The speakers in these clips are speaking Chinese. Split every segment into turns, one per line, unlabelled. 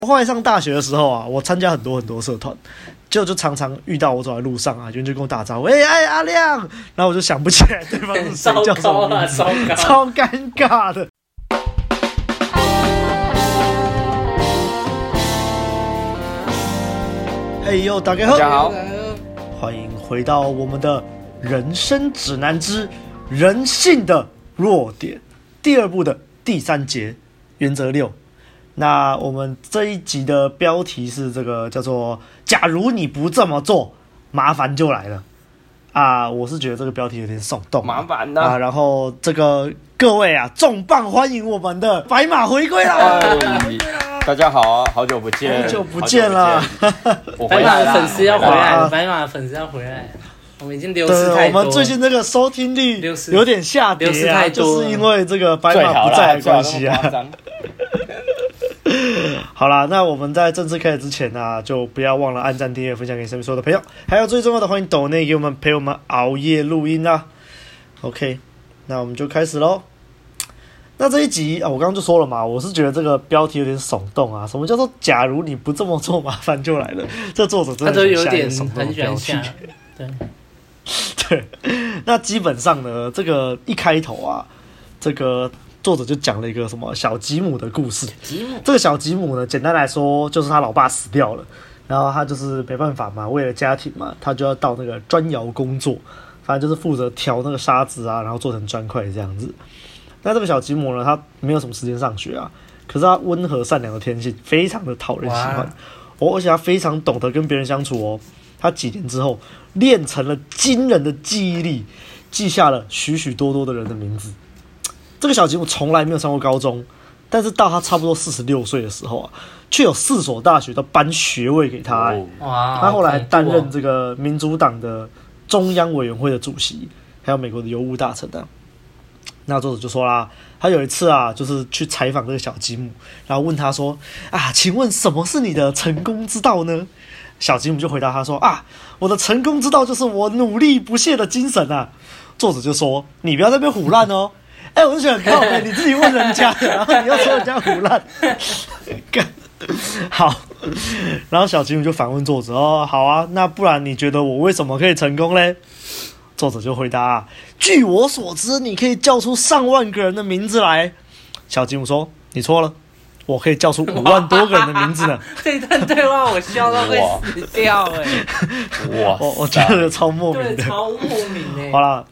后来上大学的时候啊，我参加很多社团，就常常遇到我走在路上啊，有人就跟我打招呼，阿亮，然后我就想不起来对方是谁，叫什么名字，超尴尬的。嘿呦，大家好，欢迎回到我们的人生指南之人性的弱点第二部的第3节原则6。那我们这一集的标题是这个叫做假如你不这么做，麻烦就来了啊！我是觉得这个标题有点耸动，
麻烦的
啊。然后这个各位啊，重磅欢迎我们的白马回归啦！
大家好啊，好久不见，
好久不见了。
白马的粉丝要回来了，白马的粉丝要回来了。我们已经流失太多，
我们最近这个收听率有点下跌啊，就是因为这个白马不在的关系啊。好啦，那我们在正式开始之前啊，就不要忘了按赞、订阅、分享给身边所有的朋友，还有最重要的，欢迎抖内给我们陪我们熬夜录音啦。OK， 那我们就开始咯。那这一集啊，我刚刚就说了嘛，我是觉得这个标题有点耸动啊。什么叫做假如你不这么做，麻烦就来了？这作者真的
有点
耸动的标题。
对，
那基本上呢，这个一开头啊，这个作者就讲了一个什么小吉姆的故事。这个小吉姆呢，简单来说就是他老爸死掉了，然后他就是没办法嘛，为了家庭嘛，他就要到那个砖窑工作，反正就是负责挑那个沙子啊，然后做成砖块这样子。那这个小吉姆呢，他没有什么时间上学啊，可是他温和善良的天性非常的讨人喜欢而且他非常懂得跟别人相处哦。他几年之后练成了惊人的记忆力，记下了许许多多的人的名字。这个小吉姆从来没有上过高中，但是到他差不多46岁的时候啊，却有4所大学都颁学位给他。他后来担任这个民主党的中央委员会的主席，还有美国的邮务大臣啊。那作者就说啦，他有一次啊，就是去采访这个小吉姆，然后问他说啊，请问什么是你的成功之道呢？小吉姆就回答他说啊，我的成功之道就是我努力不懈的精神啊。作者就说你不要在那边唬烂哦。我就觉得很靠北，你自己问人家的，然后你又说人家唬烂。好，然后小吉姆就反问作者哦，好啊，那不然你觉得我为什么可以成功嘞？作者就回答据我所知，你可以叫出上万个人的名字来。小吉姆说你错了，我可以叫出5万多个人的名字呢。
这段对话我笑到会死掉
我觉得超莫名的，
对，超莫名
好啦，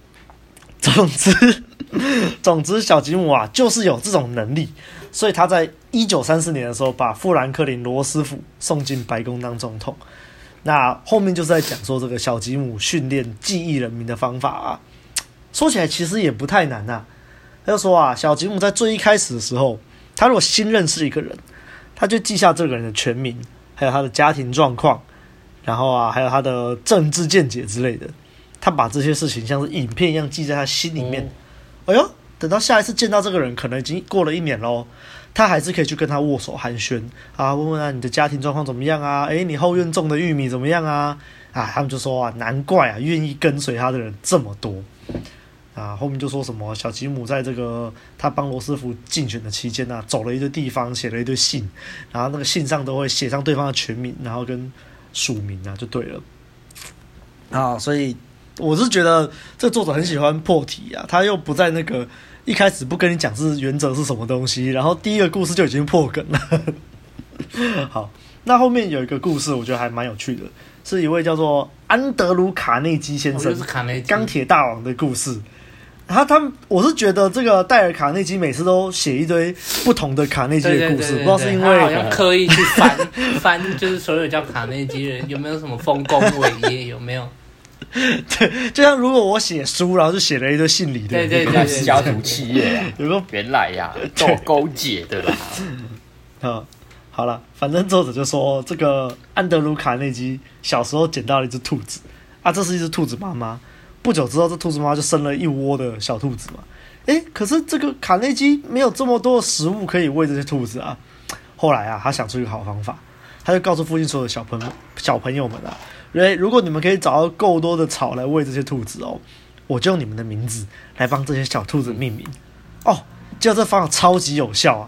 总之小吉姆啊，就是有这种能力，所以他在1934年的时候把富兰克林·罗斯福送进白宫当总统。那后面就是在讲说这个小吉姆训练记忆人名的方法啊，说起来其实也不太难啊。他就说啊，小吉姆在最一开始的时候，他如果新认识一个人，他就记下这个人的全名，还有他的家庭状况，然后啊，还有他的政治见解之类的。他把这些事情像是影片一样记在他心里面。哎呦，等到下一次见到这个人，可能已经过了1年咯，他还是可以去跟他握手寒暄啊，问问啊你的家庭状况怎么样啊？你后院种的玉米怎么样啊？他们就说啊，难怪啊，愿意跟随他的人这么多啊。后面就说什么小吉姆在这个他帮罗斯福竞选的期间啊，走了一堆地方，写了一堆信，然后那个信上都会写上对方的全名，然后跟署名啊，就对了啊。所以我是觉得这个作者很喜欢破题啊，他又不在那个一开始不跟你讲是原则是什么东西，然后第一个故事就已经破梗了。好，那后面有一个故事我觉得还蛮有趣的，是一位叫做安德鲁·卡内基先生，钢铁大王的故事。我是觉得这个戴尔·卡内基每次都写一堆不同的卡内基的故事，不知道是因为
好像刻意去翻，就是所有叫卡内基的人有没有什么丰功伟业，有没有？
对，就像如果我写书，然后就写了一堆姓李的，
对，家族企业啊，原来呀，都勾结的啦。
好了，反正作者就说，这个安德鲁·卡内基小时候捡到了一只兔子啊，这是一只兔子妈妈。不久之后，这兔子妈妈就生了一窝的小兔子嘛。可是这个卡内基没有这么多的食物可以喂这些兔子啊。后来啊，他想出一个好方法，他就告诉附近所有的小朋友们啊，如果你们可以找到够多的草来喂这些兔子哦，我就用你们的名字来帮这些小兔子命名哦。结果这方法超级有效啊！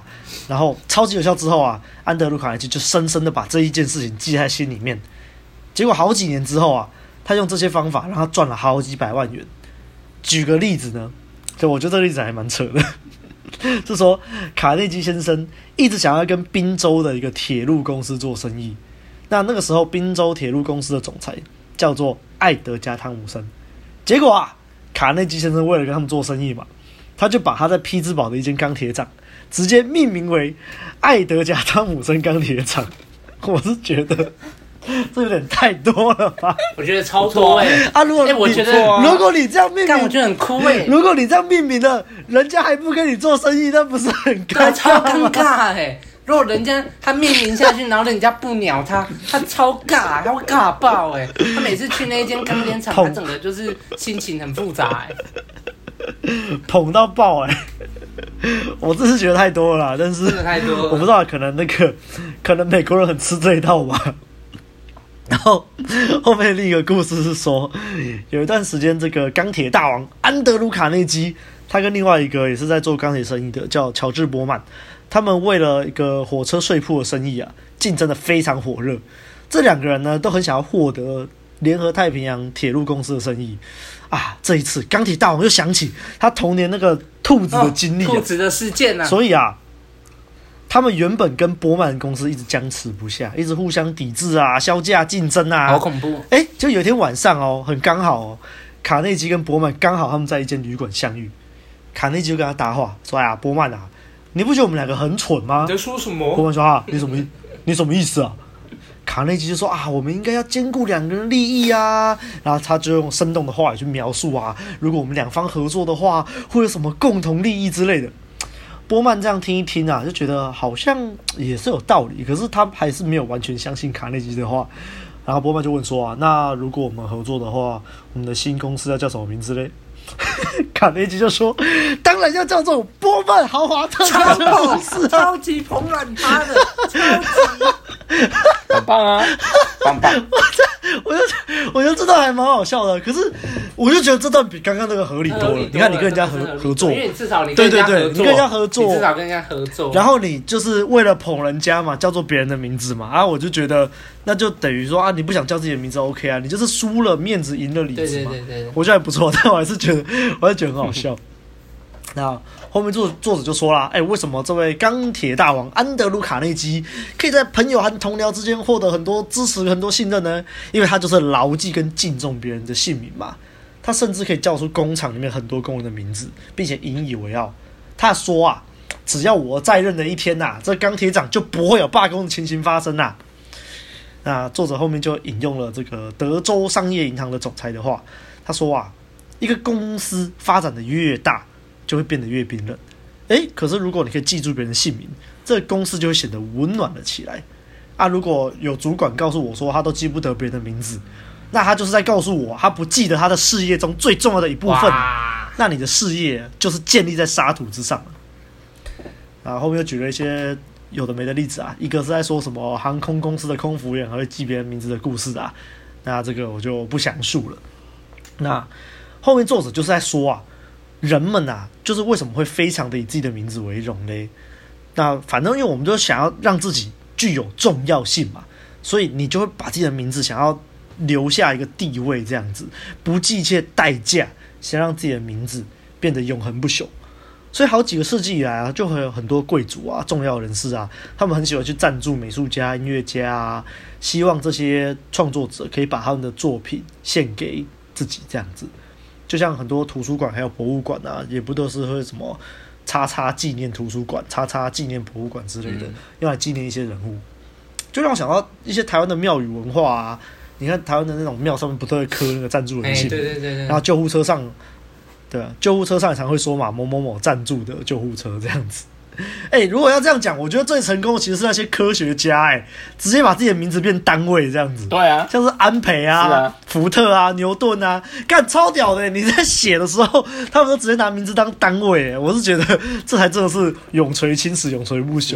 然后超级有效之后啊，安德鲁·卡内基就深深的把这一件事情记在心里面。结果好几年之后啊，他用这些方法让他赚了好几百万元。举个例子呢，就我觉得这个例子还蛮扯的，是说卡内基先生一直想要跟宾州的一个铁路公司做生意。那个时候宾州铁路公司的总裁叫做艾德加·汤姆森。结果啊，卡内基先生为了跟他们做生意嘛，他就把他在匹兹堡的一间钢铁厂直接命名为艾德加·汤姆森钢铁厂。我是觉得这有点太多了吧？
我觉得超多
啊！如果
我觉得
如果你这样命名，
我觉得很酷
如果你这样命名了，人家还不跟你做生意，那不是很尴尬？
超尴尬如果人家他命名下去，然后人家不鸟他超尬，他会尬爆他每次去那间钢铁厂，他整个就是心情很复杂
捧到爆我真是觉得太多了啦，但是
真的太多了，
我不知道，可能美国人很吃这一套吧。然后后面另一个故事是说，有一段时间这个钢铁大王安德鲁·卡内基，他跟另外一个也是在做钢铁生意的叫乔治·波曼，他们为了一个火车睡铺的生意啊，竞争的非常火热。这两个人呢都很想要获得联合太平洋铁路公司的生意啊。这一次钢铁大王又想起他童年那个兔子的经历
兔子的事件
所以啊，他们原本跟波曼公司一直僵持不下，一直互相抵制啊，削价竞争啊，
好恐怖。
就有一天晚上很刚好卡内基跟波曼刚好他们在一间旅馆相遇，卡内基就跟他搭话说：“哎呀，波曼啊，你不觉得我们两个很蠢吗？”
你在说什么？
波曼说：“啊，你什么意思啊？”卡内基就说：“啊，我们应该要兼顾两个人利益啊。”然后他就用生动的话语去描述啊，如果我们两方合作的话，会有什么共同利益之类的。波曼这样听一听啊，就觉得好像也是有道理，可是他还是没有完全相信卡内基的话。然后波曼就问说：“啊，那如果我们合作的话，我们的新公司要叫什么名字嘞？”卡内基就说：“当然要叫做波曼豪华特差公司，
超级捧染他的，超级
很棒啊，棒棒！
我觉得这段还蛮好笑的，可是我就觉得这段比刚刚那个合理多了。你看，你跟人家合作，
因为你至少你跟人家合作，
你跟人家合作，
你至少跟人家合作，
然后你就是为了捧人家嘛，叫做别人的名字嘛，我就觉得那就等于说你不想叫自己的名字 OK 啊，你就是输了面子，赢了里子嘛。对，我觉得还不错，但我还是觉得很好笑。那后面作者就说啦，为什么这位钢铁大王安德鲁·卡内基可以在朋友和同僚之间获得很多支持、很多信任呢？因为他就是牢记跟敬重别人的姓名嘛。他甚至可以叫出工厂里面很多工人的名字，并且引以为傲。他说啊，只要我在任的一天这钢铁厂就不会有罢工的情形发生那作者后面就引用了这个德州商业银行的总裁的话，他说啊，一个公司发展的越大，就会变得越冰冷。可是如果你可以记住别人的姓名，这个公司就会显得温暖了起来如果有主管告诉我说他都记不得别人的名字，那他就是在告诉我他不记得他的事业中最重要的一部分。那你的事业就是建立在沙土之上后面又举了一些有的没的例子一个是在说什么航空公司的空服员还会记别人名字的故事那这个我就不详述了。那后面作者就是在说人们就是为什么会非常的以自己的名字为荣呢？那反正因为我们就想要让自己具有重要性嘛，所以你就会把自己的名字想要留下一个地位，这样子不计一切代价想让自己的名字变得永恒不朽。所以好几个世纪以来就会有很多贵族重要人士他们很喜欢去赞助美术家、音乐家希望这些创作者可以把他们的作品献给自己，这样子。就像很多图书馆还有博物馆也不都是会什么叉叉纪念图书馆、叉叉纪念博物馆之类的，用来纪念一些人物。就让我想到一些台湾的庙宇文化你看台湾的那种庙上面不都会刻那个赞助人姓？
对。
然后救护车上，救护车上也常会说嘛，某某某赞助的救护车这样子。如果要这样讲，我觉得最成功的其实是那些科学家直接把自己的名字变单位这样子。
对
像是安培福特牛顿干超屌的你在写的时候，他们都直接拿名字当单位我是觉得这才真的是永垂青史、永垂不朽。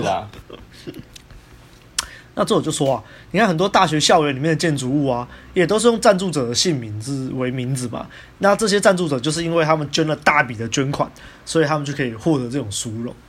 那作者就说你看很多大学校园里面的建筑物也都是用赞助者的姓名为名字嘛。那这些赞助者就是因为他们捐了大笔的捐款，所以他们就可以获得这种殊荣。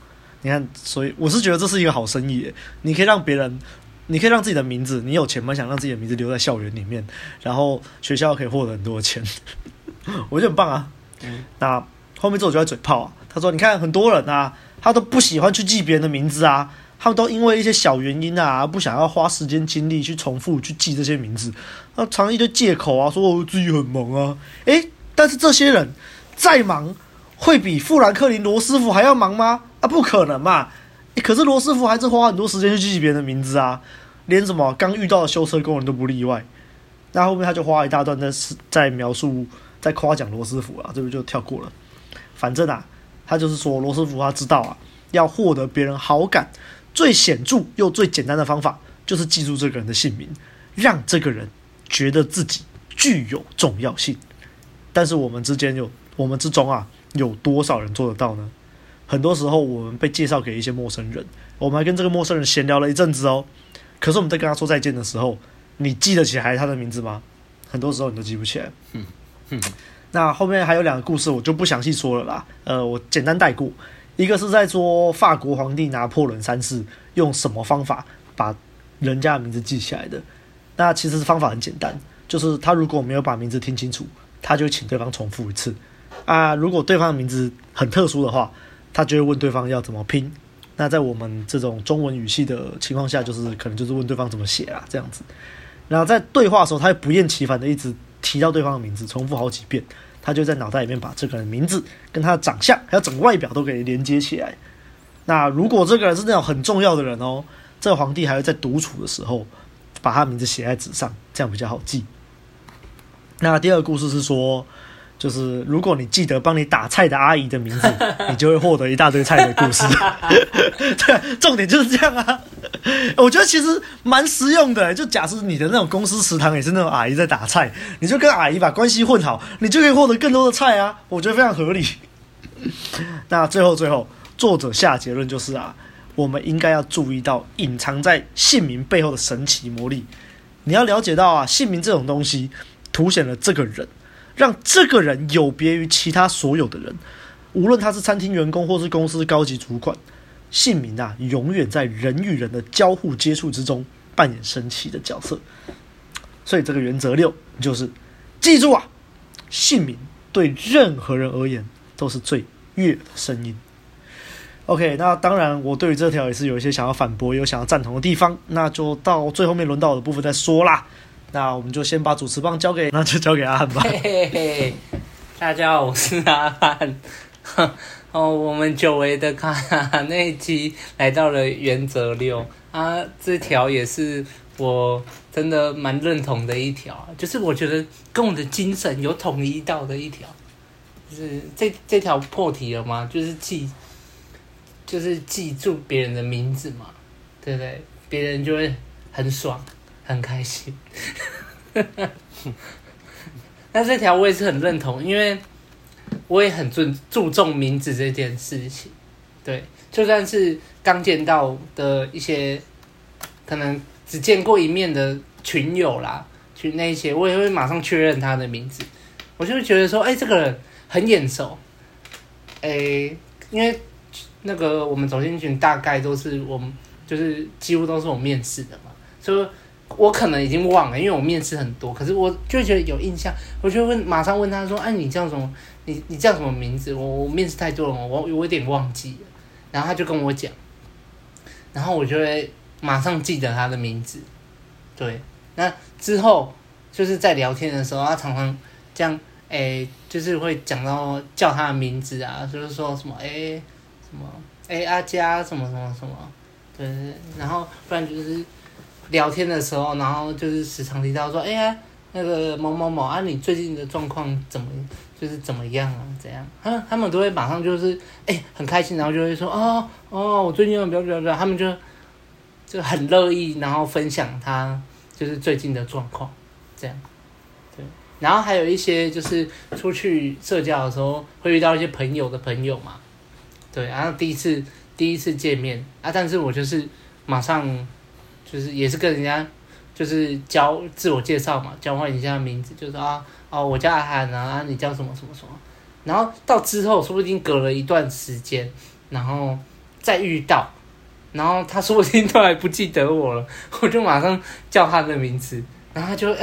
你看，所以我是觉得这是一个好生意耶，你可以让别人。你可以让自己的名字，你有钱吗？想让自己的名字留在校园里面，然后学校可以获得很多钱，我觉得很棒啊。那后面之后就在嘴炮啊，他说：“你看很多人啊，他都不喜欢去记别人的名字啊，他们都因为一些小原因啊，不想要花时间精力去重复去记这些名字，他常一堆借口啊，说我自己很忙啊。但是这些人再忙，会比富兰克林罗斯福还要忙吗？啊，不可能嘛！可是罗斯福还是花很多时间去记别人的名字啊，连什么刚遇到的修车工人都不例外。那后面他就花一大段在描述，在夸奖罗斯福啊，这个就跳过了。反正啊，他就是说罗斯福他知道啊，要获得别人好感，最显著又最简单的方法就是记住这个人的姓名，让这个人觉得自己具有重要性。但是我们之中啊，有多少人做得到呢？很多时候我们被介绍给一些陌生人，我们还跟这个陌生人闲聊了一阵子哦。可是我们在跟他说再见的时候，你记得起来他的名字吗？很多时候你都记不起来。那后面还有2个故事，我就不详细说了啦。我简单带过。一个是在说法国皇帝拿破仑3世用什么方法把人家的名字记起来的。那其实方法很简单，就是他如果没有把名字听清楚，他就请对方重复一次啊。如果对方的名字很特殊的话，他就会问对方要怎么拼。那在我们这种中文语系的情况下，可能就是问对方怎么写啦，这样子。然后在对话的时候，他会不厌其烦的一直提到对方的名字，重复好几遍。他就在脑袋里面把这个人的名字跟他的长相还有整个外表都给连接起来。那如果这个人是那种很重要的人哦，这个皇帝还会在独处的时候把他的名字写在纸上，这样比较好记。那第2个故事是说，就是如果你记得帮你打菜的阿姨的名字，你就会获得一大堆菜的故事。对，重点就是这样啊。我觉得其实蛮实用的，就假设你的那种公司食堂也是那种阿姨在打菜，你就跟阿姨把关系混好，你就可以获得更多的菜啊。我觉得非常合理。那最后，作者下结论就是啊，我们应该要注意到隐藏在姓名背后的神奇魔力。你要了解到啊，姓名这种东西凸显了这个人，让这个人有别于其他所有的人，无论他是餐厅员工或是公司高级主管，姓名啊，永远在人与人的交互接触之中扮演神奇的角色。所以这个原则6就是记住啊，姓名对任何人而言都是最悦耳的声音。OK， 那当然我对于这条也是有一些想要反驳，有想要赞同的地方，那就到最后面轮到我的部分再说啦。那我们就先把主持棒交给阿汉吧。
嘿嘿，大家好，我是阿汉。我们久违的卡那一期来到了原则6啊，这条也是我真的蛮认同的一条，就是我觉得跟我的精神有统一到的一条，就是这条破题了吗？就是记住别人的名字嘛，对不对？别人就会很爽很开心。那这条我也是很认同，因为我也很注重名字这件事情。对，就算是刚见到的一些可能只见过一面的群友啦，那一些我也会马上确认他的名字。我就会觉得说，这个人很眼熟。因为那个我们走进群大概都是我们就是几乎都是我面试的嘛，所以我可能已经忘了，因为我面试很多，可是我就会觉得有印象，我就会马上问他说：“你叫什么？你叫什么名字？我面试太多了，我有点忘记了。”然后他就跟我讲，然后我就会马上记得他的名字。对，那之后就是在聊天的时候，他常常这样，就是会讲到叫他的名字啊，就是说什么什么阿佳什么什么什么，对，然后不然就是聊天的时候，然后就是时常提到说，那个某某某啊，你最近的状况怎么样啊？怎样？他们都会马上就是很开心，然后就会说我最近不要，他们就很乐意，然后分享他就是最近的状况，这样，对。然后还有一些就是出去社交的时候会遇到一些朋友的朋友嘛，对，然后第一次见面啊，但是我就是马上就是也是跟人家就是自我介绍嘛，交换一下名字，就是我叫阿涵啊，你叫什么什么什么，然后到之后说不定隔了一段时间，然后再遇到，然后他说不定都还不记得我了，我就马上叫他的名字，然后他就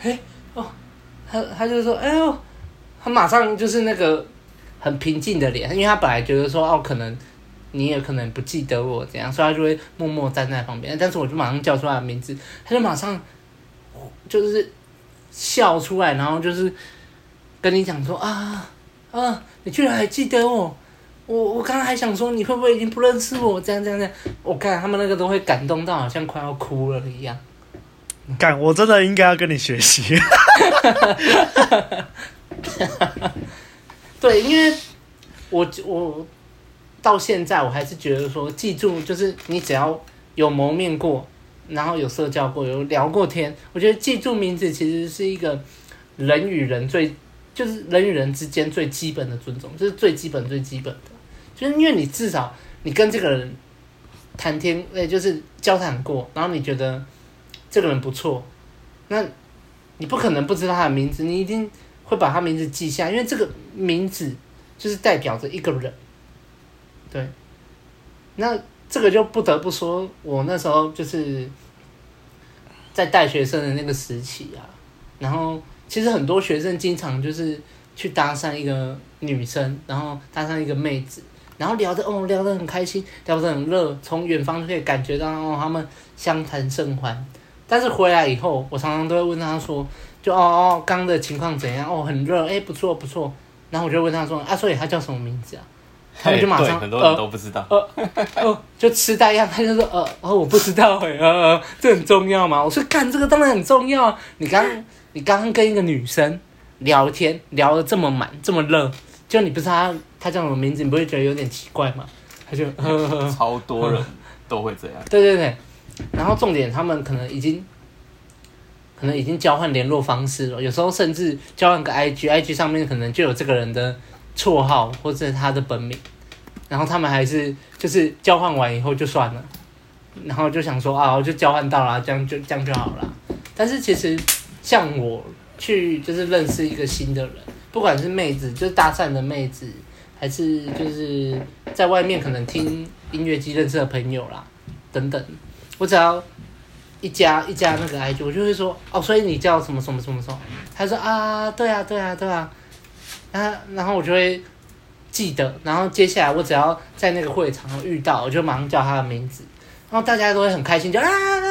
他就说他马上就是那个很平静的脸，因为他本来觉得说可能你也可能不记得我这样，所以他就会默默站在旁边，但是我就马上叫出他的名字，他就马上就是笑出来，然后就是跟你讲说你居然还记得我刚刚还想说你会不会已经不认识我这样，我看他们那个都会感动到好像快要哭了一样。
我真的应该要跟你学习。
对，因为我到现在我还是觉得说，记住就是你只要有谋面过，然后有社交过，有聊过天，我觉得记住名字其实是一个人与人就是人与人之间最基本的尊重，就是最基本的，就是因为你至少你跟这个人就是交谈过，然后你觉得这个人不错，那你不可能不知道他的名字，你一定会把他名字记下，因为这个名字就是代表着一个人。对，那这个就不得不说，我那时候就是在带学生的那个时期啊，然后其实很多学生经常就是去搭讪一个女生，然后搭讪一个妹子，然后聊得很开心，聊得很热，从远方就可以感觉到他们相谈甚欢。但是回来以后，我常常都会问他说，就刚的情况怎样？很热，不错。然后我就问他说，所以他叫什么名字啊？他们就马上
很多人都不知道，
就痴呆一样，他就说我不知道这很重要吗？我说干，这个当然很重要啊！你刚刚跟一个女生聊天聊得这么满这么热，就你不知道他叫什么名字，你不会觉得有点奇怪吗？他就
超多人都会这样。
对，然后重点他们可能已经交换联络方式了，有时候甚至交换个 IG 上面可能就有这个人的绰号或者他的本名，然后他们还是就是交换完以后就算了，然后就想说我就交换到了，这样就好了。但是其实像我去就是认识一个新的人，不管是妹子就是搭讪的妹子，还是就是在外面可能听音乐季认识的朋友啦等等，我只要一加那个 IG， 我就会说所以你叫什么什么什么什么，他说对啊，然后我就会记得，然后接下来我只要在那个会场遇到，我就马上叫他的名字，然后大家都会很开心，就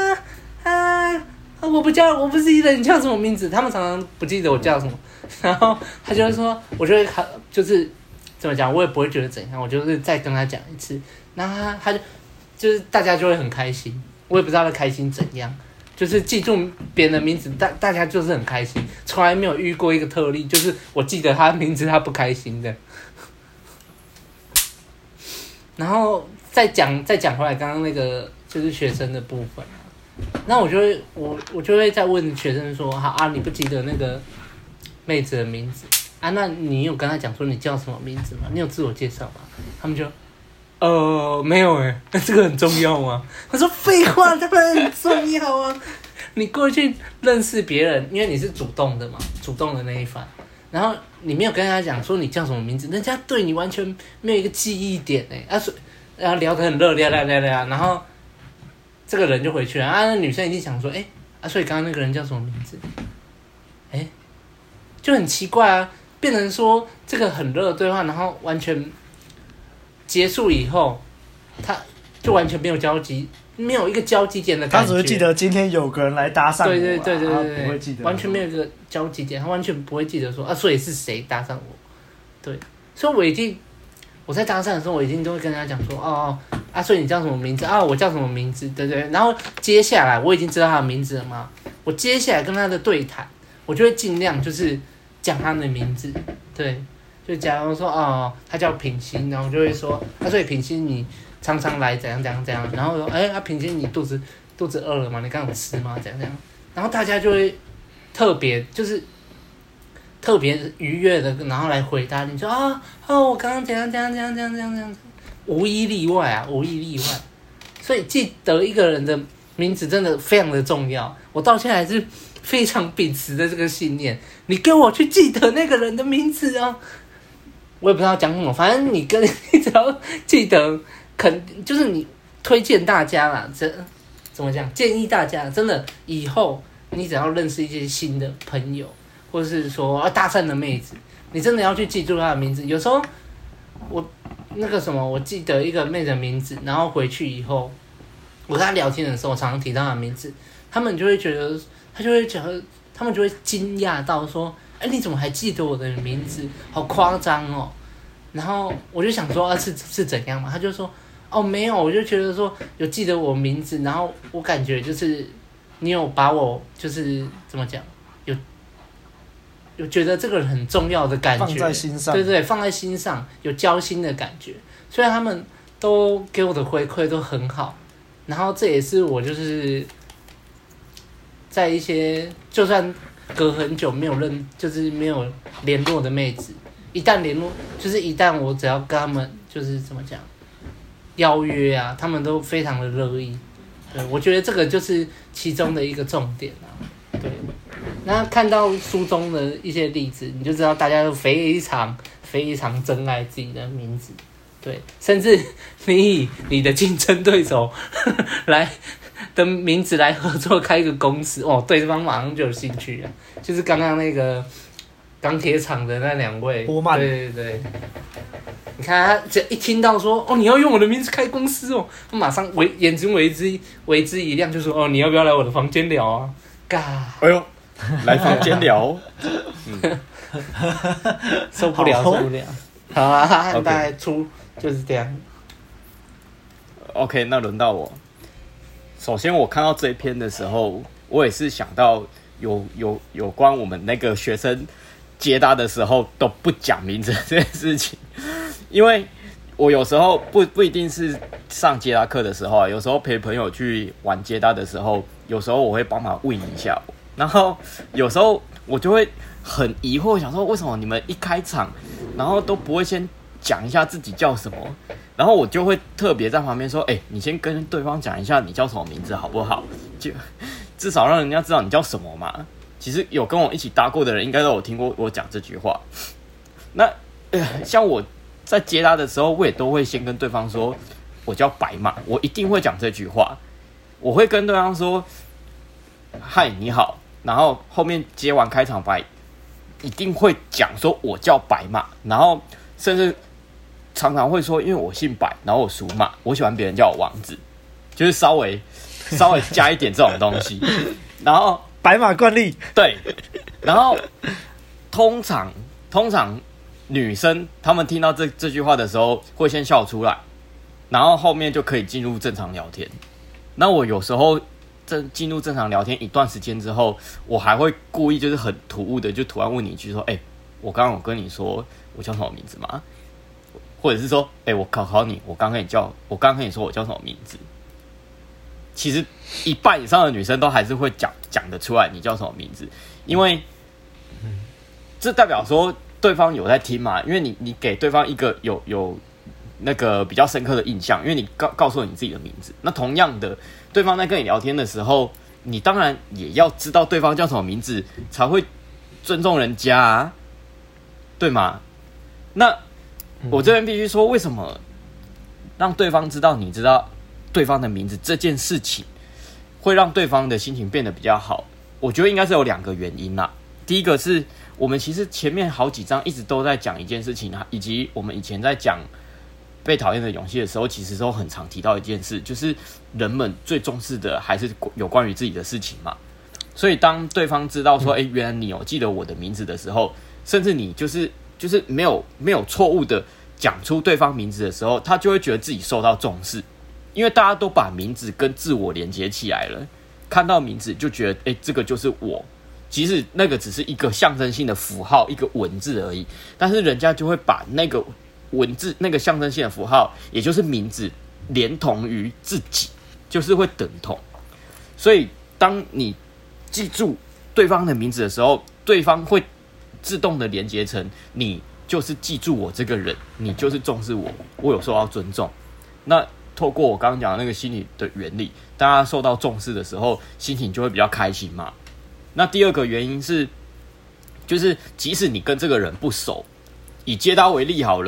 我不记得你叫什么名字，他们常常不记得我叫什么，然后他就会说，我就会就是怎么讲，我也不会觉得怎样，我就是再跟他讲一次，然后他就是大家就会很开心，我也不知道他开心怎样，就是记住别人的名字，大家就是很开心，从来没有遇过一个特例，就是我记得他的名字他不开心的。然后再讲回来刚刚那个就是学生的部分那我就会再问学生说，好你不记得那个妹子的名字那你有跟他讲说你叫什么名字吗？你有自我介绍吗？他们就没有这个很重要吗？他说废话，当然很重要啊！你过去认识别人，因为你是主动的嘛，主动的那一方，然后你没有跟他讲说你叫什么名字，人家对你完全没有一个记忆点然后聊得很热，聊，然后这个人就回去了那女生一定想说，所以刚刚那个人叫什么名字？就很奇怪啊，变成说这个很热的对话，然后完全结束以后，他就完全没有交集，没有一个交集点的感觉。
他只会记得今天有个人来搭讪我，
对，
他不会记得，
完全没有一个交集点，他完全不会记得说所以是谁搭讪我？对，所以我在搭讪的时候，我一定都会跟他讲说，所以你叫什么名字我叫什么名字，对，然后接下来我已经知道他的名字了嘛，我接下来跟他的对谈，我就会尽量就是讲他的名字，对。就假如说他叫品心，然后我就会说所以品心你常常来怎样，然后说品心你肚子饿了吗？你刚有吃吗？怎样，然后大家就会特别愉悦的，然后来回答你说我刚刚怎样，无一例外。所以记得一个人的名字真的非常的重要，我到现在还是非常秉持的这个信念，你跟我去记得那个人的名字我也不知道讲什么，反正你只要记得就是你推荐大家啦，怎么讲？建议大家真的以后你只要认识一些新的朋友，或者是说搭讪的妹子，你真的要去记住她的名字。有时候我记得一个妹子的名字，然后回去以后，我跟她聊天的时候，我常常提到她的名字，他们就会惊讶到说：“哎，你怎么还记得我的名字？好夸张哦！”然后我就想说：“是怎样嘛？”他就说：“哦，没有，我就觉得说有记得我名字，然后我感觉就是你有把我就是怎么讲，有觉得这个人很重要的感觉，
放在心上，
对，放在心上，有交心的感觉。虽然他们都给我的回馈都很好，然后这也是我就是在一些就算隔很久没有就是没有联络的妹子，一旦联络，就是一旦我只要跟他们就是怎么讲邀约啊，他们都非常的乐意。对，我觉得这个就是其中的一个重点啊。对。那看到书中的一些例子，你就知道大家都非常非常珍爱自己的名字，对，甚至你以你的竞争对手来的名字来合作开一个公司，哦，对方马上就有兴趣了。就是刚刚那个钢铁厂的那2位，
波曼，
对，你看他只一听到说哦你要用我的名字开公司哦，他马上眼睛为之一亮，就说哦你要不要来我的房间聊啊？嘎，
哎呦！来房间聊，
受不了。好啊，大概就是这样。
OK， 那轮到我。首先，我看到这一篇的时候，我也是想到有关我们那个学生接搭的时候都不讲名字这件事情，因为我有时候不一定是上接搭课的时候啊，有时候陪朋友去玩接搭的时候，有时候我会帮忙问一下。然后有时候我就会很疑惑，想说为什么你们一开场，然后都不会先讲一下自己叫什么？然后我就会特别在旁边说：“你先跟对方讲一下你叫什么名字好不好？就至少让人家知道你叫什么嘛。”其实有跟我一起搭过的人，应该都有听过我讲这句话。那像我在接搭的时候，我也都会先跟对方说我叫白马，我一定会讲这句话。我会跟对方说：“嗨，你好。”然后后面接完开场白，一定会讲说我叫白马，然后甚至常常会说，因为我姓白，然后我属马，我喜欢别人叫我王子，就是稍微加一点这种东西。然后
白马惯例，
对，然后通常女生她们听到这句话的时候，会先笑出来，然后后面就可以进入正常聊天。那我有时候进入正常聊天一段时间之后，我还会故意就是很突兀的就突然问你一句说：“我刚刚有跟你说我叫什么名字吗？”或者是说：“我考你，我刚刚跟你说我叫什么名字？”其实一半以上的女生都还是会讲得出来你叫什么名字，因为这代表说对方有在听嘛，因为你给对方一个有那个比较深刻的印象，因为你告诉了你自己的名字。那同样的，对方在跟你聊天的时候，你当然也要知道对方叫什么名字，才会尊重人家啊，对吗？那我这边必须说，为什么让对方知道你知道对方的名字这件事情，会让对方的心情变得比较好？我觉得应该是有2个原因啦。第一个是我们其实前面好几章一直都在讲一件事情，以及我们以前在讲被讨厌的勇气的时候，其实都很常提到一件事，就是人们最重视的还是有关于自己的事情嘛。所以当对方知道说，原来你有记得我的名字的时候，甚至你就是没有错误的讲出对方名字的时候，他就会觉得自己受到重视，因为大家都把名字跟自我连接起来了，看到名字就觉得，这个就是我。即使那个只是一个象征性的符号，一个文字而已，但是人家就会把那个文字、那个象征性的符号，也就是名字，连同于自己，就是会等同。所以，当你记住对方的名字的时候，对方会自动的连接成你就是记住我这个人，你就是重视我，我有受到尊重。那透过我刚刚讲的那个心理的原理，大家受到重视的时候，心情就会比较开心嘛。那第2个原因是，就是即使你跟这个人不熟，以接搭为例好了，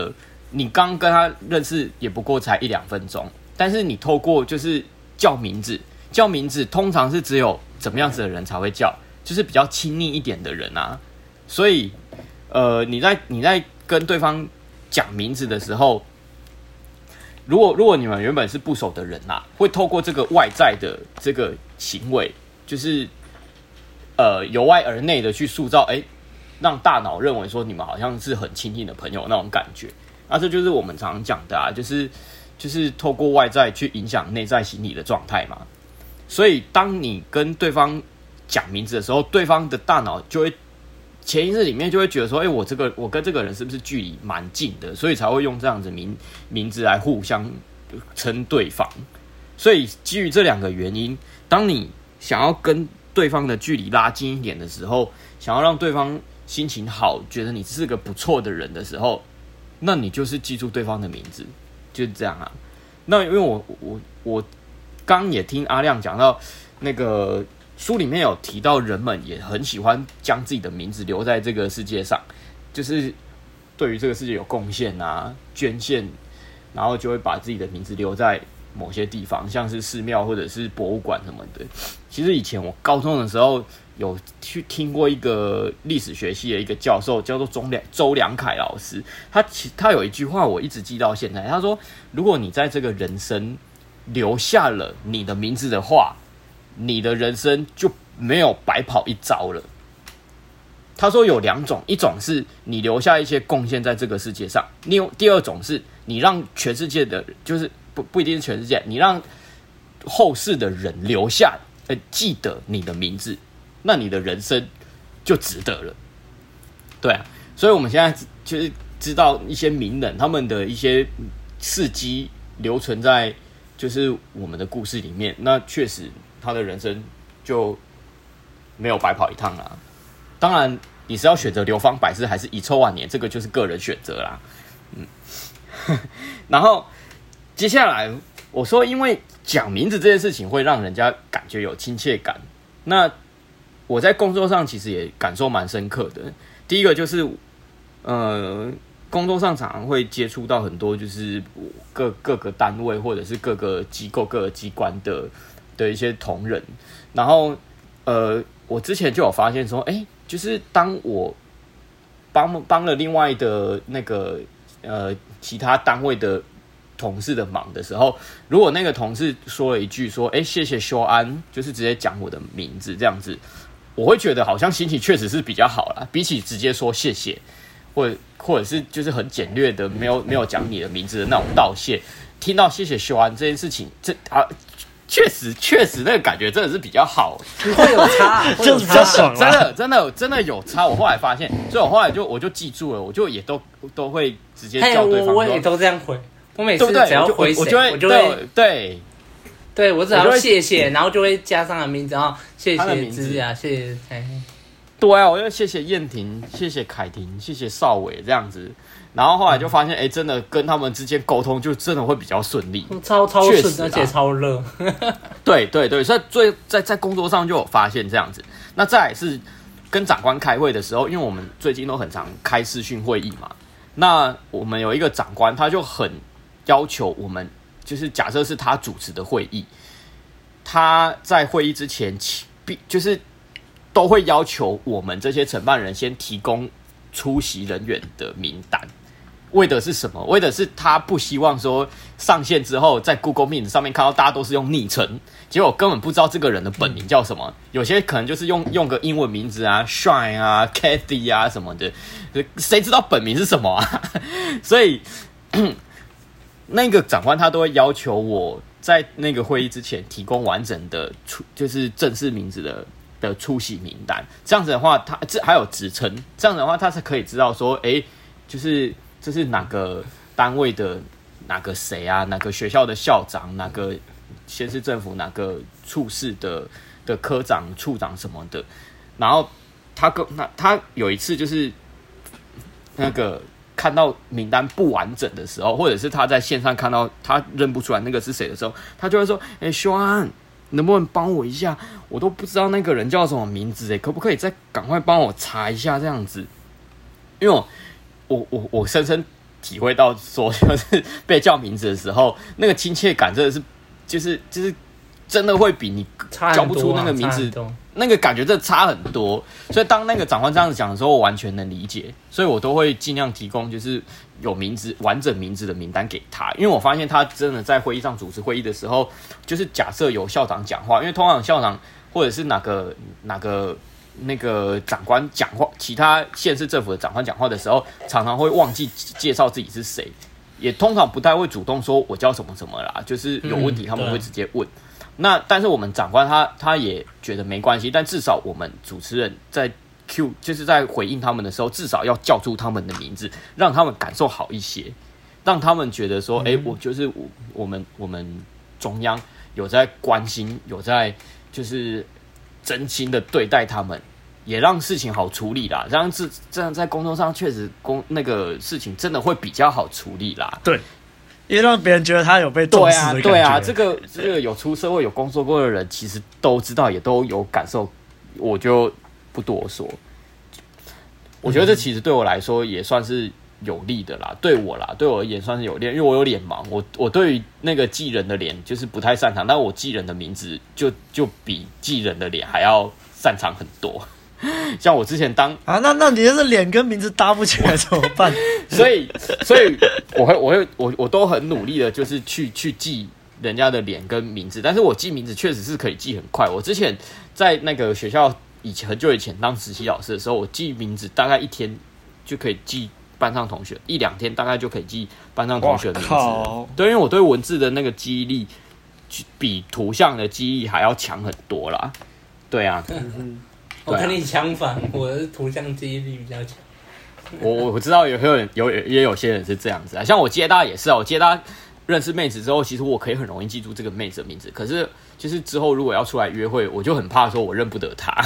你刚跟他认识也不过才1-2分钟，但是你透过就是叫名字通常是只有怎么样子的人才会叫，就是比较亲密一点的人啊。所以你在跟对方讲名字的时候，如果你们原本是不熟的人啊，会透过这个外在的这个行为，就是由外而内的去塑造，让大脑认为说你们好像是很亲近的朋友那种感觉。那这就是我们常常讲的啊，就是透过外在去影响内在心理的状态嘛。所以当你跟对方讲名字的时候，对方的大脑就会潜意识里面就会觉得说，我跟这个人是不是距离蛮近的，所以才会用这样子名字来互相称对方。所以基于这2个原因，当你想要跟对方的距离拉近一点的时候，想要让对方心情好，觉得你是个不错的人的时候，那你就是记住对方的名字，就是这样啊。那因为我刚也听阿亮讲到，那个书里面有提到，人们也很喜欢将自己的名字留在这个世界上，就是对于这个世界有贡献啊、捐献，然后就会把自己的名字留在某些地方，像是寺庙或者是博物馆什么的。其实以前我高中的时候有去听过一个历史学系的一个教授，叫做周良凯老师。他有一句话我一直记到现在，他说：如果你在这个人生留下了你的名字的话，你的人生就没有白跑一遭了。他说有2种，一种是你留下一些贡献在这个世界上，第二种是你让全世界的，就是不一定是全世界，你让后世的人留下记得你的名字，那你的人生就值得了。对啊，所以我们现在就是知道一些名人他们的一些事迹留存在就是我们的故事里面，那确实他的人生就没有白跑一趟啦。当然你是要选择流芳百世还是遗臭万年，这个就是个人选择啦。然后接下来我说，因为讲名字这件事情会让人家感觉有亲切感，那我在工作上其实也感受蛮深刻的。第一个就是工作上常常会接触到很多就是各个单位或者是各个机构各个机关的一些同仁，然后我之前就有发现说，就是当我帮了另外的那个其他单位的同事的忙的时候，如果那个同事说了一句说谢谢修安，就是直接讲我的名字这样子，我会觉得好像心情确实是比较好啦，比起直接说谢谢或者是就是很简略的没有讲你的名字的那种道谢，听到谢谢修安这件事情，确实那个感觉真的是比较好，
会有差，
就是比较爽啦，
真的有差。我后来发现，所以我后来我就记住了，我就也都会直接叫对方说，
我也都这样回。我每次只要回谁，我就会对我只要谢谢，然后就会加上他的名字，然后谢谢芝雅，谢谢
对啊，我就谢谢燕婷，谢谢凯婷，谢谢邵伟这样子。然后后来就发现，真的跟他们之间沟通就真的会比较顺利，
超顺，而且超热。
对，所以在工作上就有发现这样子。那再来是跟长官开会的时候，因为我们最近都很常开视讯会议嘛，那我们有一个长官，他就很要求我们，就是假设是他主持的会议，他在会议之前就是都会要求我们这些承办人先提供出席人员的名单。为的是什么？为的是他不希望说上线之后在 Google Meet 上面看到大家都是用昵称，结果根本不知道这个人的本名叫什么。有些可能就是用个英文名字啊 ，Shine 啊 ，Cathy 啊什么的，谁知道本名是什么啊？所以那个长官他都会要求我在那个会议之前提供完整的就是正式名字的出席名单。这样子的话，他还有职称，这样子的话他才可以知道说，就是这是哪个单位的哪个谁啊，哪个学校的校长，哪个县市政府哪个处室的科长、处长什么的。然后他有一次就是那个看到名单不完整的时候，或者是他在线上看到他认不出来那个是谁的时候，他就会说：“修安，能不能帮我一下？我都不知道那个人叫什么名字，可不可以再赶快帮我查一下这样子？”因为我深深体会到说，就是被叫名字的时候，那个亲切感真的是，就是真的会比你叫不出那个名字，那个感觉真的差很多。所以当那个长官这样子讲的时候，我完全能理解，所以我都会尽量提供就是有名字完整名字的名单给他，因为我发现他真的在会议上主持会议的时候，就是假设有校长讲话，因为通常校长或者是哪个那个长官讲话，其他县市政府的长官讲话的时候，常常会忘记介绍自己是谁，也通常不太会主动说我叫什么什么啦，就是有问题他们会直接问。那但是我们长官他也觉得没关系，但至少我们主持人在 就是在回应他们的时候，至少要叫出他们的名字，让他们感受好一些，让他们觉得说，我就是我们中央有在关心，有在就是真心的对待他们，也让事情好处理啦。这样在工作上确实那个事情真的会比较好处理啦。
对。也让别人觉得他有被重视的感觉。
对啊，这个有出社会有工作过的人，其实都知道，也都有感受，我就不多说。我觉得这其实对我来说也算是有利的啦，对我而言算是有利，因为我有脸盲，我对于那个记人的脸就是不太擅长，但我记人的名字就比记人的脸还要擅长很多。像我之前当
那你就是脸跟名字搭不起来怎么办？
所以我都很努力的，就是去记人家的脸跟名字，但是我记名字确实是可以记很快。我之前在那个学校很久以前当实习老师的时候，我记名字大概1天就可以记班上同学，1-2天大概就可以记班上同学的名字。对，因为我对文字的那个记忆力比图像的记忆还要强很多啦。对啊。
我跟你相反，我的图像记忆力比较强。
我知道也有些人是这样子啊，像我接搭也是啊，我接搭认识妹子之后，其实我可以很容易记住这个妹子的名字，可是就是之后如果要出来约会，我就很怕说我认不得她。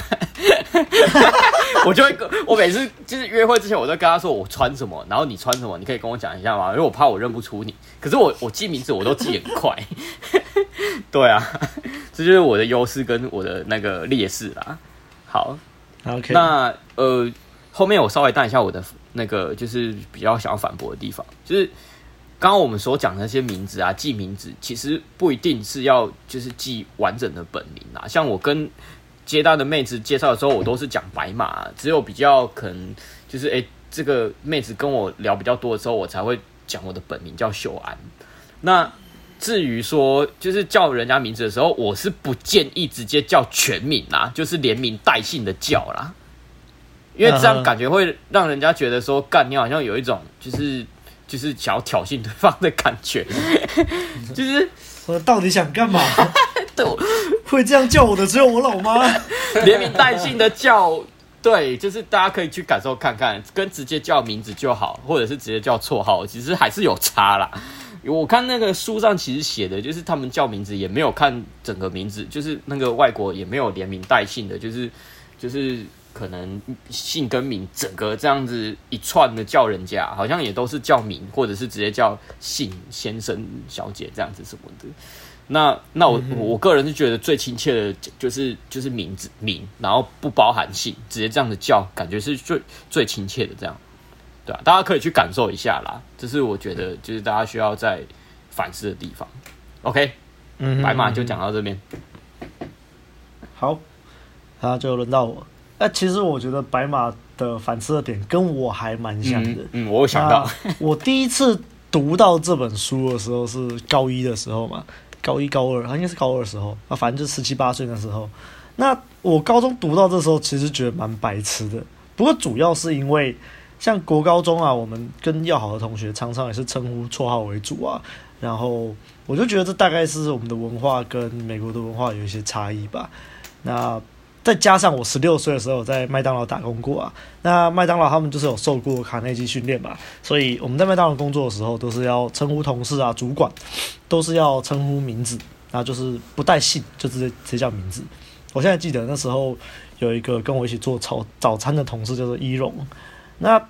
我每次就是约会之前，我都跟她说我穿什么，然后你穿什么，你可以跟我讲一下吗？因为我怕我认不出你。可是我记名字我都记很快。对啊，这就是我的优势跟我的那个劣势啦。好
，OK，
那后面我稍微带一下我的那个，就是比较想要反驳的地方，就是刚刚我们所讲的那些名字啊，记名字其实不一定是要就是记完整的本名啊。像我跟接单的妹子介绍的时候，我都是讲白马，只有比较可能就是这个妹子跟我聊比较多的时候，我才会讲我的本名叫秀安。那至于说就是叫人家名字的时候，我是不建议直接叫全名啦，就是连名带姓的叫啦，因为这样感觉会让人家觉得说，干你好像有一种就是想要挑衅对方的感觉，就是
我到底想干嘛？
对，
会这样叫我的只有我老妈。
连名带姓的叫，对，就是大家可以去感受看看，跟直接叫名字就好，或者是直接叫绰号，其实还是有差啦。我看那个书上其实写的就是他们叫名字也没有看整个名字，就是那个外国也没有连名带姓的，就是可能姓跟名整个这样子一串的叫人家，好像也都是叫名或者是直接叫姓先生小姐这样子什么的。那我个人是觉得最亲切的就是名字名，然后不包含姓，直接这样子叫，感觉是最亲切的这样。对啊，大家可以去感受一下啦，这是我觉得就是大家需要在反思的地方。OK，白马就讲到这边。
好，那就轮到我。其实我觉得白马的反思的点跟我还蛮像的。
我有想到。
我第一次读到这本书的时候是高一的时候嘛，高一高二，应该是高二的时候，反正就17、18岁那时候。那我高中读到这时候，其实觉得蛮白痴的。不过主要是因为像国高中啊，我们跟要好的同学常常也是称呼绰号为主啊，然后我就觉得这大概是我们的文化跟美国的文化有一些差异吧。那再加上我16岁的时候在麦当劳打工过啊，那麦当劳他们就是有受过卡内基训练嘛，所以我们在麦当劳工作的时候都是要称呼同事啊、主管，都是要称呼名字，然后就是不带姓，就直接叫名字。我现在记得那时候有一个跟我一起做早餐的同事叫做一荣，那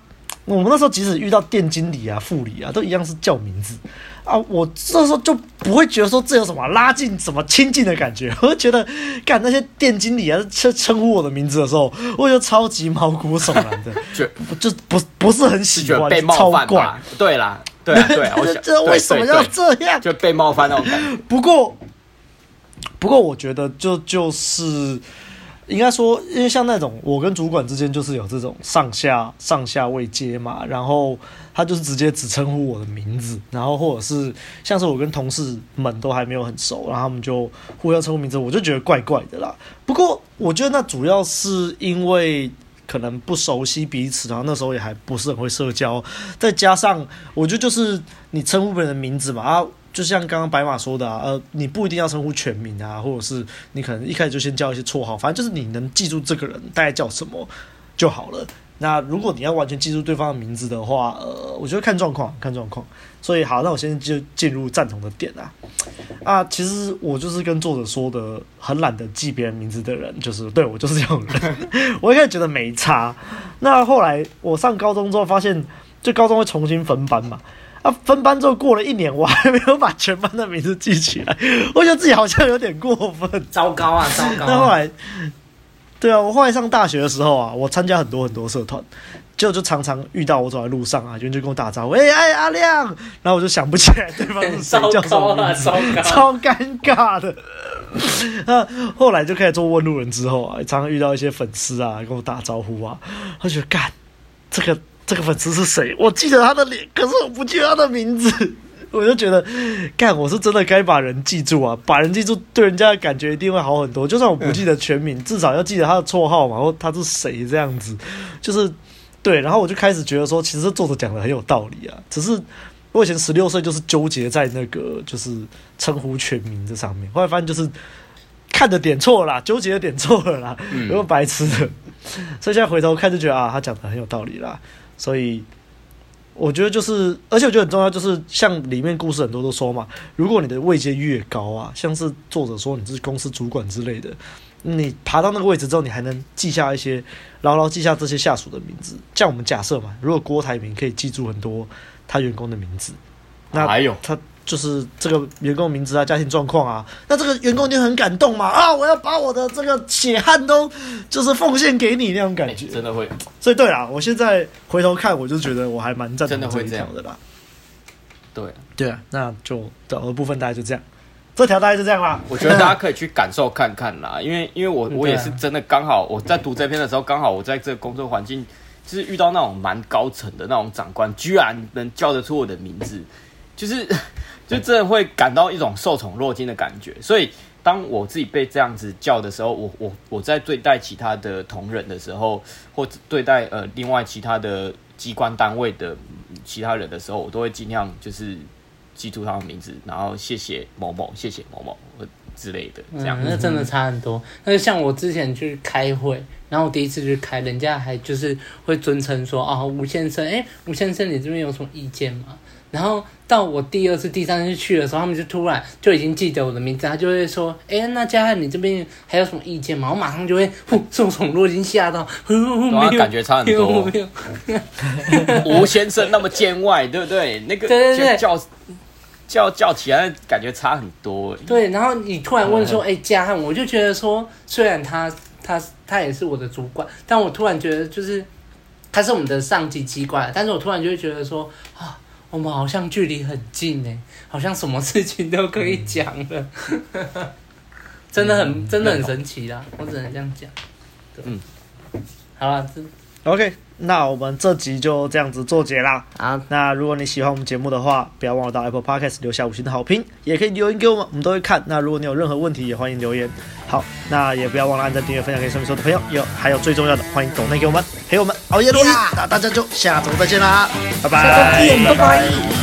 我们那时候即使遇到店经理啊、副理啊，都一样是叫名字啊。我这时候就不会觉得说这有什么拉近、什么亲近的感觉，我会觉得干那些店经理啊称呼我的名字的时候，我觉得超级毛骨悚然的，就不是很喜欢，
被冒犯吧？对啦，对啊，我
这为什么要这样？
就被冒犯那种感觉。
不过我觉得就是应该说，因为像那种我跟主管之间就是有这种上下位阶嘛，然后他就是直接只称呼我的名字，然后或者是像是我跟同事们都还没有很熟，然后他们就互相称呼名字，我就觉得怪怪的啦。不过我觉得那主要是因为可能不熟悉彼此，然后那时候也还不是很会社交，再加上我觉得就是你称呼别人的名字嘛啊。就像刚刚白马说的啊，你不一定要称呼全名啊，或者是你可能一开始就先叫一些绰号，反正就是你能记住这个人大概叫什么就好了。那如果你要完全记住对方的名字的话，我觉得看状况。所以好，那我先就进入赞同的点啊。其实我就是跟作者说的，很懒得记别人名字的人，就是对我就是这种人。我一开始觉得没差，那后来我上高中之后发现，就高中会重新分班嘛。分班之后过了1年，我还没有把全班的名字记起来，我觉得自己好像有点过分。
糟糕啊！
那后来，对啊，我后来上大学的时候啊，我参加很多社团，就常常遇到我走在路上啊，有人就跟我打招呼，阿亮，然后我就想不起来对方是谁，叫什么名字，超尴尬的。那后来就开始做问路人之后啊，常常遇到一些粉丝啊跟我打招呼啊，我就觉得干这个粉丝是谁？我记得他的脸，可是我不记得他的名字。我就觉得，干，我是真的该把人记住啊！把人记住，对人家的感觉一定会好很多。就算我不记得全名，至少要记得他的绰号嘛，或他是谁这样子。就是对，然后我就开始觉得说，其实作者讲的很有道理啊。只是我以前16岁就是纠结在那个就是称呼全名这上面，后来发现就是看的点错了啦，纠结的点错了啦，有个白痴的。所以现在回头看就觉得啊，他讲的很有道理啦。所以我觉得就是，而且我觉得很重要，就是像里面故事很多都说嘛，如果你的位阶越高啊，像是作者说你是公司主管之类的，你爬到那个位置之后，你还能记下一些，牢牢记下这些下属的名字。像我们假设嘛，如果郭台铭可以记住很多他员工的名字，那他就是这个员工名字啊、家庭状况啊，那这个员工一定很感动嘛啊！我要把我的这个血汗都就是奉献给你那种感觉，
真的会。
所以对啦，我现在回头看，我就觉得我还蛮赞同这一条的啦。对啊，那就我的部分大概就这样，这条大概就这样啦。
我觉得大家可以去感受看看啦，因为我也是真的刚好我在读这篇的时候，刚好我在这个工作环境就是遇到那种蛮高层的那种长官，居然能叫得出我的名字，就真的会感到一种受宠若惊的感觉。所以当我自己被这样子叫的时候，我在对待其他的同仁的时候，或者对待另外其他的机关单位的其他人的时候，我都会尽量就是记住他的名字，然后谢谢某某，谢谢某某之类的，这样。
那真的差很多。那就像我之前去开会，然后我第一次去开，人家还就是会尊称说啊，吴先生，吴先生，你这边有什么意见吗？然后到我第2次、第3次去的时候，他们就突然就已经记得我的名字，他就会说：“那嘉汉，你这边还有什么意见吗？”我马上就会受宠若惊，吓到，
感觉差很多。吴先生那么见外，对不对？那个
对
叫起来感觉差很多。
对，然后你突然问说：“嘉汉，我就觉得说，虽然他也是我的主管，但我突然觉得就是他是我们的上级机关，但是我突然就会觉得说啊。”我们好像距离很近好像什么事情都可以讲了，真的很神奇啦，我只能这样讲。好啦
，OK， 那我们这集就这样子做结啦。
好，
那如果你喜欢我们节目的话，不要忘了到 Apple Podcast 留下5星的好评，也可以留言给我们，我们都会看。那如果你有任何问题，也欢迎留言。好，那也不要忘了按赞、订阅、分享给身边所有的朋友。还有最重要的，欢迎抖内给我们，陪我们熬夜录音。那大家就下周再见啦，拜拜，
拜拜。